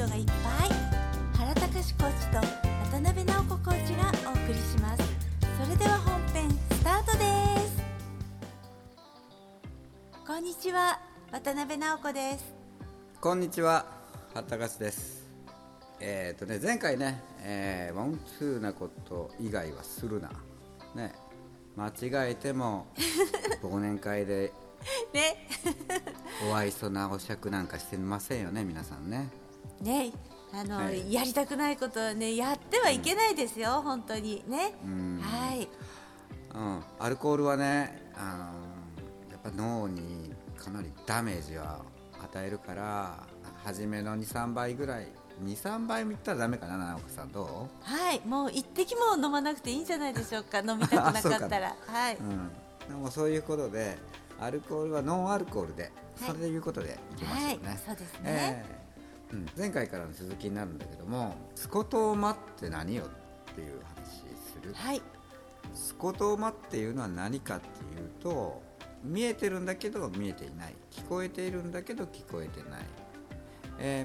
ことがいっぱい。原隆コーチと渡辺直子コーチがお送りします。それでは本編スタートです。こんにちは、渡辺直子です。 こんにちは、原隆です。前回ね、ワンツーなこと以外はするな、ね、間違えても忘年会でねお愛想なお酌なんかしてませんよね、皆さんね。 ね、はい、やりたくないことはね、やってはいけないですよ、本当にね。はい、 アルコールはね、やっぱ脳にかなりダメージを与えるから、初めの 2,3 倍ぐらい、2,3 倍もいったらダメかな、直子さんどう？ はい、もう一滴も飲まなくていいんじゃないでしょうか、飲みたくなかったらはい、 でもそういうことで、アルコールはノンアルコールで、それでいうことでいきましょうね。 はい、そうですね。 前回からの続きになるんだけども、スコトーマって何よっていう話する。 はい、 スコトーマっていうのは何かっていうと、見えてるんだけど見えていない、聞こえているんだけど聞こえてない、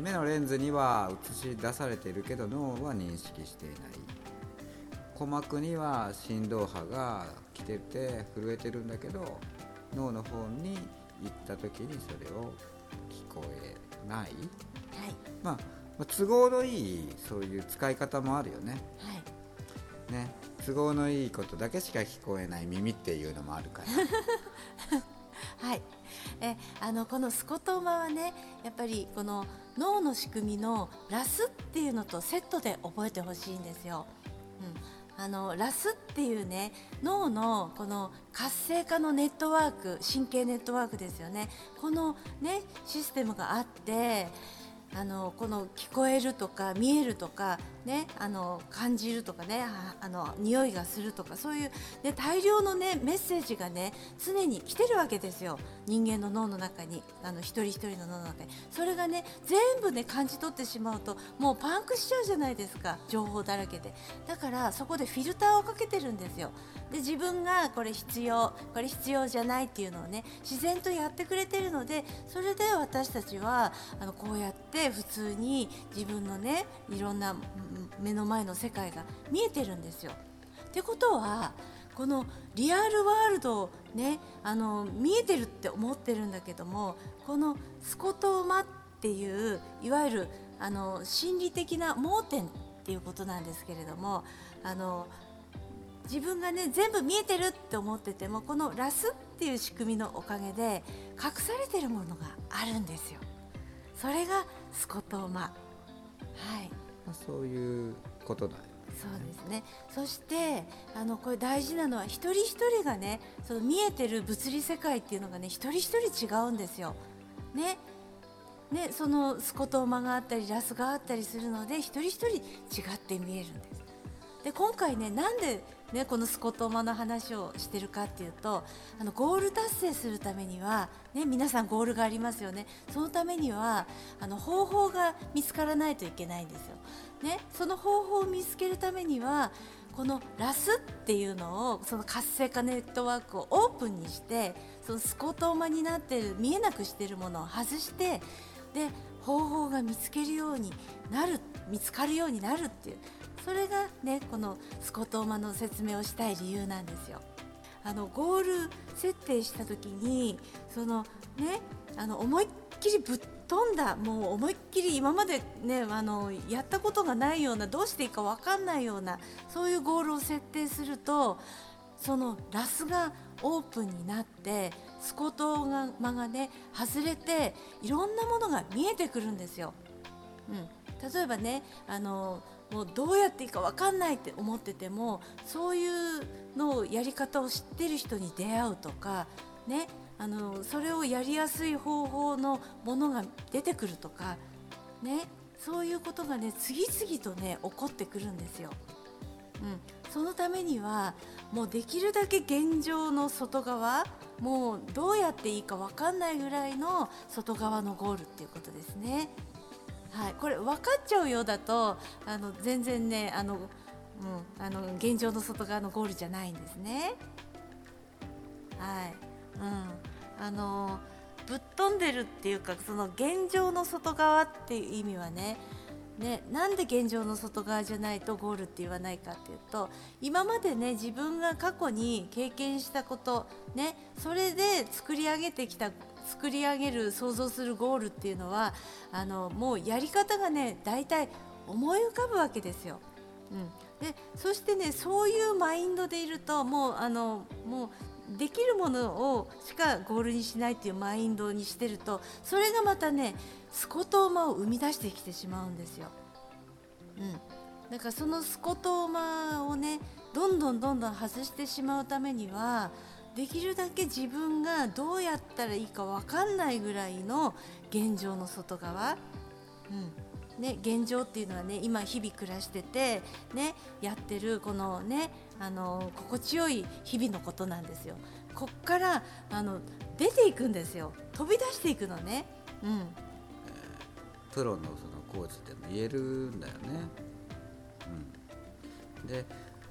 目のレンズには映し出されているけど脳は認識していない、鼓膜には振動波が来てて震えてるんだけど脳の方に行った時にそれを聞こえない、都合のいいそういう使い方もあるよね。ね、都合のいいことだけしか聞こえない耳っていうのもあるからはい、このスコトーマはね、やっぱりこの脳の仕組みのラスっていうのとセットで覚えてほしいんですよ。ラスっていうね、脳のこの活性化のネットワーク、神経ネットワークですよね。このねシステムがあって、この聞こえるとか見えるとかね、感じるとかね、匂いがするとか、そういう、ね、大量のねメッセージがね常に来てるわけですよ、人間の脳の中に。一人一人の脳の中にそれがね全部ね感じ取ってしまうと、もうパンクしちゃうじゃないですか、情報だらけで。だからそこでフィルターをかけてるんですよ。で、自分がこれ必要じゃないっていうのをね自然とやってくれてるので、それで私たちはこうやって普通に自分のねいろんな目の前の世界が見えてるんですよ。ってことは、このリアルワールドをね見えてるって思ってるんだけども、このスコトーマっていういわゆる心理的な盲点っていうことなんですけれども、自分がね全部見えてるって思ってても、このラスっていう仕組みのおかげで隠されてるものがあるんですよ。それがスコトーマ。はい、 そういうことだよ。 そうですね。そしてこれ大事なのは、一人一人がねその見えてる物理世界っていうのがね一人一人違うんですよ。ね、そのスコトーマがあったりラスがあったりするので、一人一人違って見えるんです。で、今回ね、なんでねこのスコトーマの話をしてるかっていうと、ゴール達成するためにはね、皆さんゴールがありますよね。そのためには方法が見つからないといけないんですよね。その方法を見つけるためには、このラスっていうのを、その活性化ネットワークをオープンにして、そのスコトーマになっている見えなくしているものを外して、で方法が見つかるようになるっていう、それがねこのスコトーマの説明をしたい理由なんですよ。ゴール設定した時に、そのね思いっきりぶっ飛んだ、もう思いっきり今までねやったことがないような、どうしていいか分かんないような、そういうゴールを設定すると、そのラスがオープンになって、スコトーマがね外れて、いろんなものが見えてくるんですよ。例えばねもうどうやっていいか分かんないって思ってても、そういうのをやり方を知ってる人に出会うとかね、それをやりやすい方法のものが出てくるとかね、そういうことがね次々とね起こってくるんですよ。そのためには、もうできるだけ現状の外側、もうどうやっていいか分かんないぐらいの外側のゴールっていうことですね。はい、これ分かっちゃうようだと全然ね現状の外側のゴールじゃないんですね。はい、ぶっ飛んでるっていうか、その現状の外側っていう意味はね、 ね、なんで現状の外側じゃないとゴールって言わないかっていうと、今までね自分が過去に経験したこと、ね、それで作り上げる想像するゴールっていうのはもうやり方がね大体思い浮かぶわけですよ。でそしてねそういうマインドでいるともうできるものをしかゴールにしないっていうマインドにしてると、それがまたねスコトーマを生み出してきてしまうんですよ。だからそのスコトーマをねどんどん外してしまうためには、できるだけ自分がどうやったらいいか分かんないぐらいの現状の外側、現状っていうのはね今日々暮らしてて、ね、やってるこのね心地よい日々のことなんですよ。こっから出ていくんですよ。飛び出していくのね。 プロのそのコーチでも言えるんだよね。で、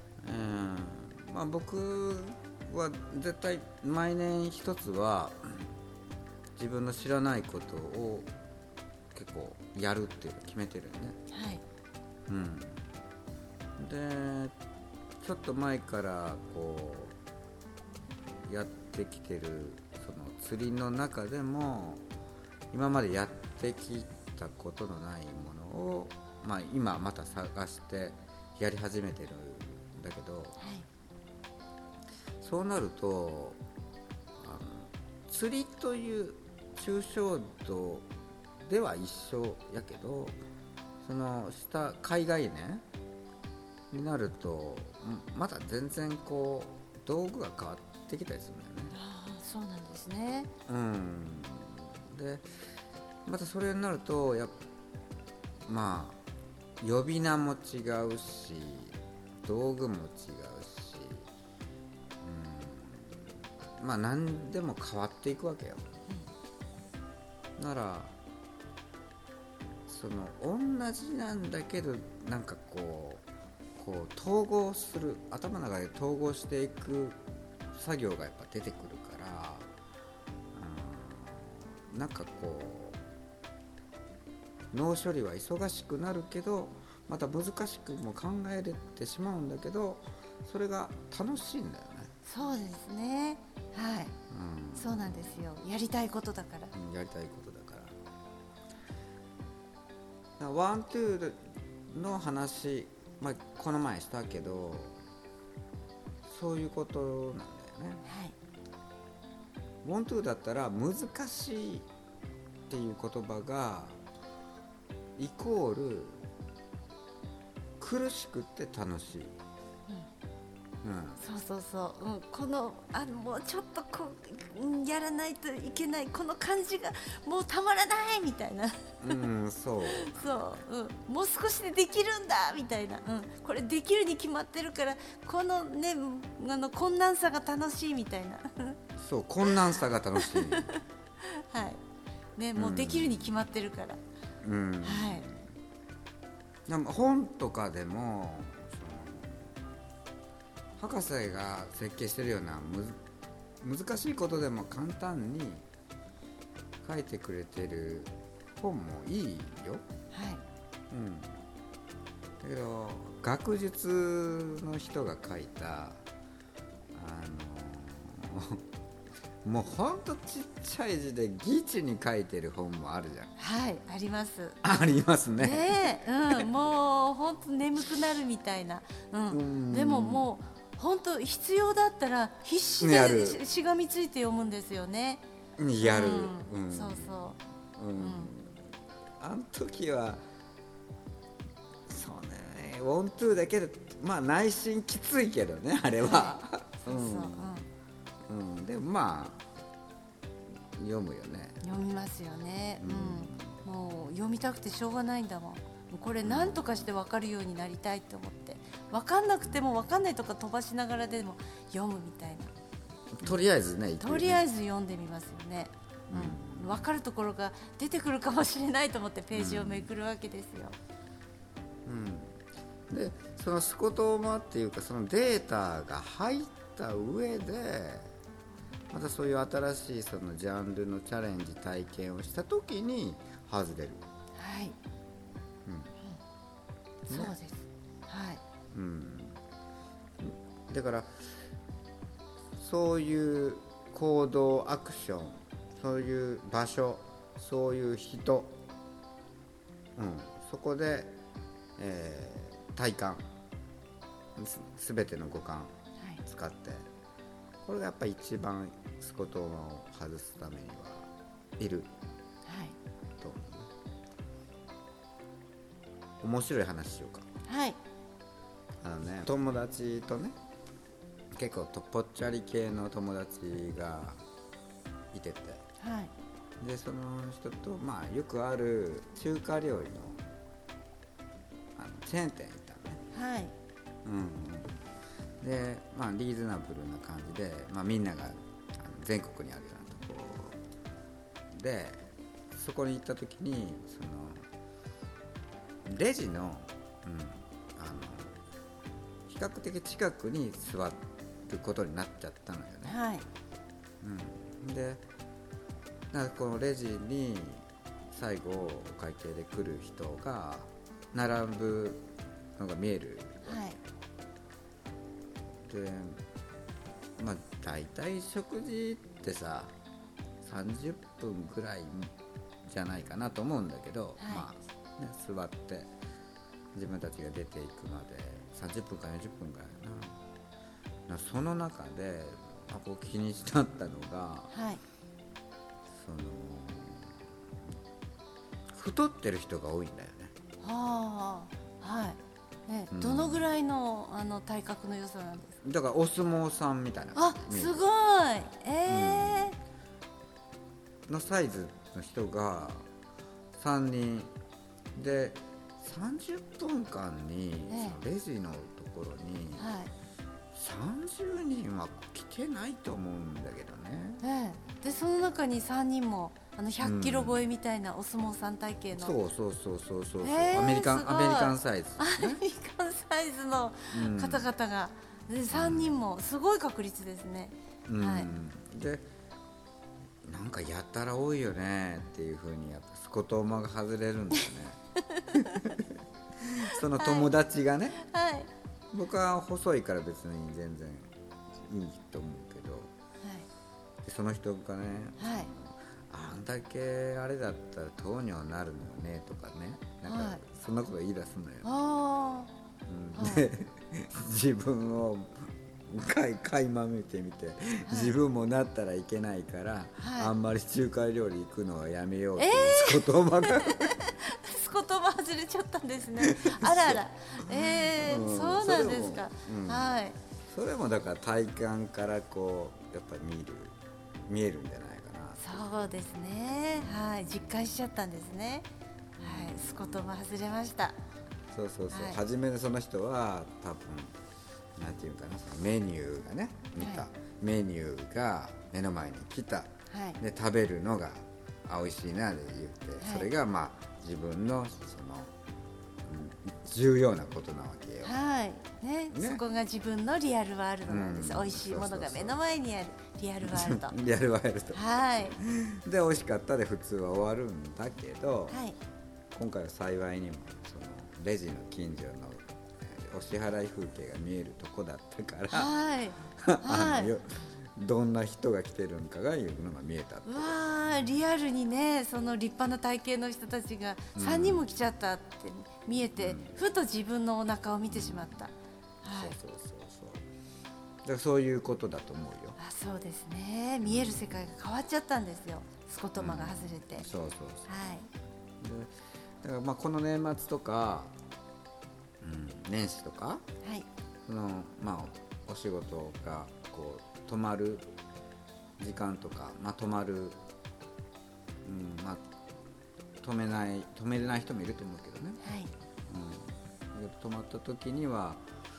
僕は絶対毎年一つは自分の知らないことを結構やるっていうのを決めてるよね。でちょっと前からこうやってきてるその釣りの中でも今までやってきたことのないものを、今また探してやり始めてるんだけど、そうなると釣りという抽象度では一緒やけど、その下海外ねになるとまた全然こう道具が変わってきたりするんだよね。 そうなんですね。 でまたそれになると呼び名も違うし道具も違うし、何でも変わっていくわけよ。ならその同じなんだけどなんかこう統合する、頭の中で統合していく作業がやっぱ出てくるから、なんかこう脳処理は忙しくなるけどまた難しくも考えれてしまうんだけど、それが楽しいんだよね。 そうですね。そうなんですよ。やりたいことだから。 やりたいことだから。ワン・ツーの話、この前したけどそういうことなんだよね。ワン・ツーだったら難しいっていう言葉がイコール苦しくて楽しい。 このもうちょっとやらないといけないこの感じがもうたまらないみたいなもう少しでできるんだみたいな、これできるに決まってるからこのね困難さが楽しいみたいなそう困難さが楽しいもうできるに決まってるから。 本とかでも博士が設計してるような難しいことでも簡単に書いてくれてる本もいいよ。だけど学術の人が書いたもうほんとちっちゃい字でギチに書いてる本もあるじゃん。 あります。 ありますね。 もうほんと眠くなるみたいな。でももう本当必要だったら必死でしがみついて読むんですよね。 やる。あの時はそうね、ワン・ツーだけど内心きついけどねあれは。でも読むよね。 読みますよね。もう読みたくてしょうがないんだもん。これ何とかして分かるようになりたいって思って、分かんなくても分かんないとか飛ばしながらでも読むみたいな。 とりあえずね。 とりあえず読んでみますよね。分かるところが出てくるかもしれないと思ってページをめくるわけですよ。 でそのスコトーマっていうかそのデータが入った上でまたそういう新しいそのジャンルのチャレンジ体験をした時に外れる。 そうです。はい。 うん、だからそういう行動アクション、そういう場所、そういう人、そこで、体感、すべての五感使って、これがやっぱり一番スコトーマを外すためにはいる、と思う。面白い話しようか。 はい。 友達とね、結構ぽっちゃり系の友達がいてて、 はい。 でその人と、よくある中華料理のチェーン店に行ったのね。 はい。 で、リーズナブルな感じで、みんなが全国にあるようなところで、そこに行った時にそのレジの、比較的近くに座ることになっちゃったのよね。 はい。 で、なんかこのレジに最後お会計で来る人が並ぶのが見える。 はい。 で、大体食事ってさ30分ぐらいじゃないかなと思うんだけど、座って自分たちが出ていくまで30分か40分ぐらいな。その中でこう気になったのが、 はい。 その太ってる人が多いんだよね。 はあ。はい。どのぐらいの体格の良さなんですか？ だからお相撲さんみたいな。 あ、すごい。 のサイズの人が3人で30分間に、レジのところに30人は来てないと思うんだけどね。 でその中に3人も100キロ超えみたいなお相撲さん体型の、 そう、アメリカンサイズ、 アメリカンサイズの方々が、3人もすごい確率ですね。 でなんかやったら多いよねっていう風にやっぱスコトーマが外れるんだよね。その友達がね、僕は細いから別に全然いいと思うけど、でその人がね、あんだけあれだったら糖尿になるのよねとかね、なんかそんなこと言い出すのよ。で自分を垣間見てみて、自分もなったらいけないから、あんまり中華料理行くのはやめようっていうスコトーマがスコトーマ外れちゃったんですね。あらあら、そうなんですか。 それもだから体感からこうやっぱり見えるんじゃないかな。そうですね。実感しちゃったんですね。スコトーマ外れました。 そう、初めにその人は多分なんていうかな、そのメニューがね、見た、メニューが目の前に来た、で食べるのが美味しいなで言って、それが自分のその重要なことなわけよ。 そこが自分のリアルワールドなんです。美味しいものが目の前にあるリアルワールド。 リアルワールド。で美味しかったで普通は終わるんだけど、今回は幸いにもそのレジの近所のお支払い風景が見えるとこだったから、どんな人が来てるのかがいうのが見えたって。 リアルにね、その立派な体型の人たちが3人も来ちゃったって見えて、ふと自分のお腹を見てしまった。 そうだからそういうことだと思うよ。 そうですね。見える世界が変わっちゃったんですよ、スコトーマが外れて。 だからこの年末とか、年始とか、そのお仕事がこう止まる時間とか、止まる、止めれない人もいると思うけどね。止まった時には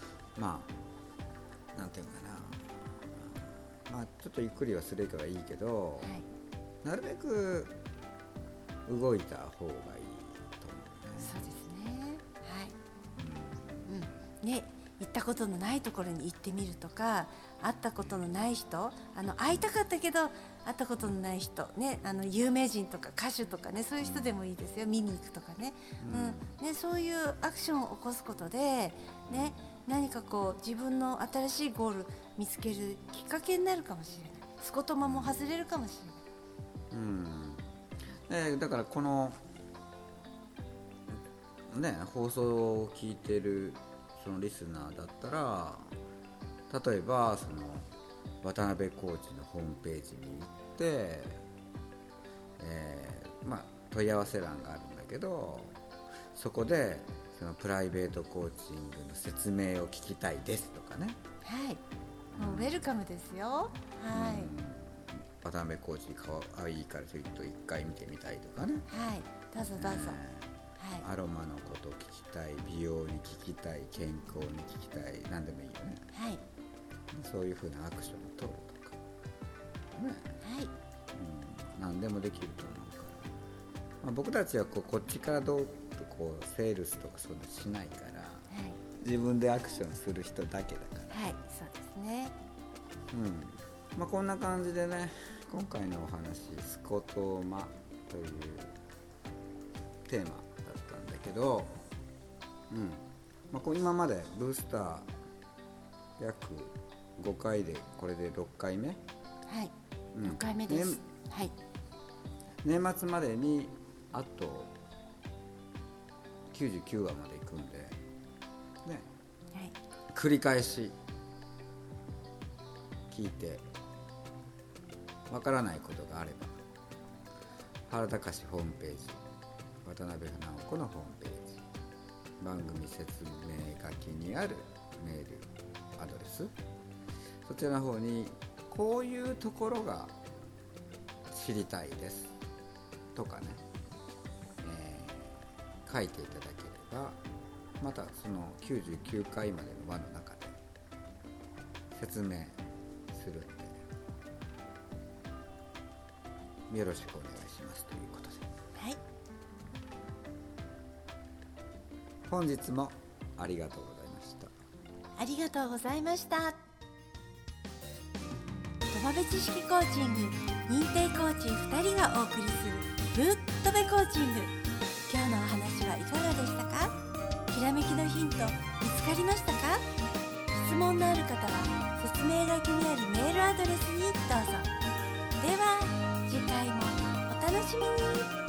なんていうかな、ちょっとゆっくりはするからいいけど、なるべく動いた方がいいと思うね。 そうですね。 行ったことのないところに行ってみるとか、会ったことのない人、会いたかったけど会ったことのない人、ね、有名人とか歌手とかね、そういう人でもいいですよ。見に行くとかね、ね、そういうアクションを起こすことで、ね、何かこう自分の新しいゴール見つけるきっかけになるかもしれない。スコトマも外れるかもしれない。 だからこのね、放送を聞いてるそのリスナーだったら、例えばその渡辺コーチのホームページに行って、問い合わせ欄があるんだけど、そこでそのプライベートコーチングの説明を聞きたいですとかね、 はい、もうウェルカムですよ。はい、 渡辺コーチかわいいからちょっと一回見てみたいとかね、 はい、どうぞどうぞ。 アロマのこと聞きたい、美容に聞きたい、健康に聞きたい、何でもいいよね。 はい、 そういう風なアクションを取るとか、ね、 はい、 何でもできると思うから、僕たちはこっちからどうとこうセールスとかそんなしないから、自分でアクションする人だけだから。 はい、そうですね。 こんな感じでね、今回のお話スコトーマというテーマだったんだけど、今までブースター約5回でこれで6回目、 はい、6回目です。はい、 年末までにあと99話まで行くんで、ね、 はい、 繰り返し聞いてわからないことがあれば、原隆ホームページ、渡辺直子のホームページ、番組説明書きにあるメールアドレス、そちらの方にこういうところが知りたいですとかね、書いていただければ、またその99回までの輪の中で説明するんで、よろしくお願いしますということで、 はい、 本日もありがとうございました。 ありがとうございました。土鍋知識コーチング認定コーチ2人がお送りするぶっとべコーチング。今日のお話はいかがでしたか？ひらめきのヒント見つかりましたか？質問のある方は説明書きにあるメールアドレスにどうぞ。では次回もお楽しみに。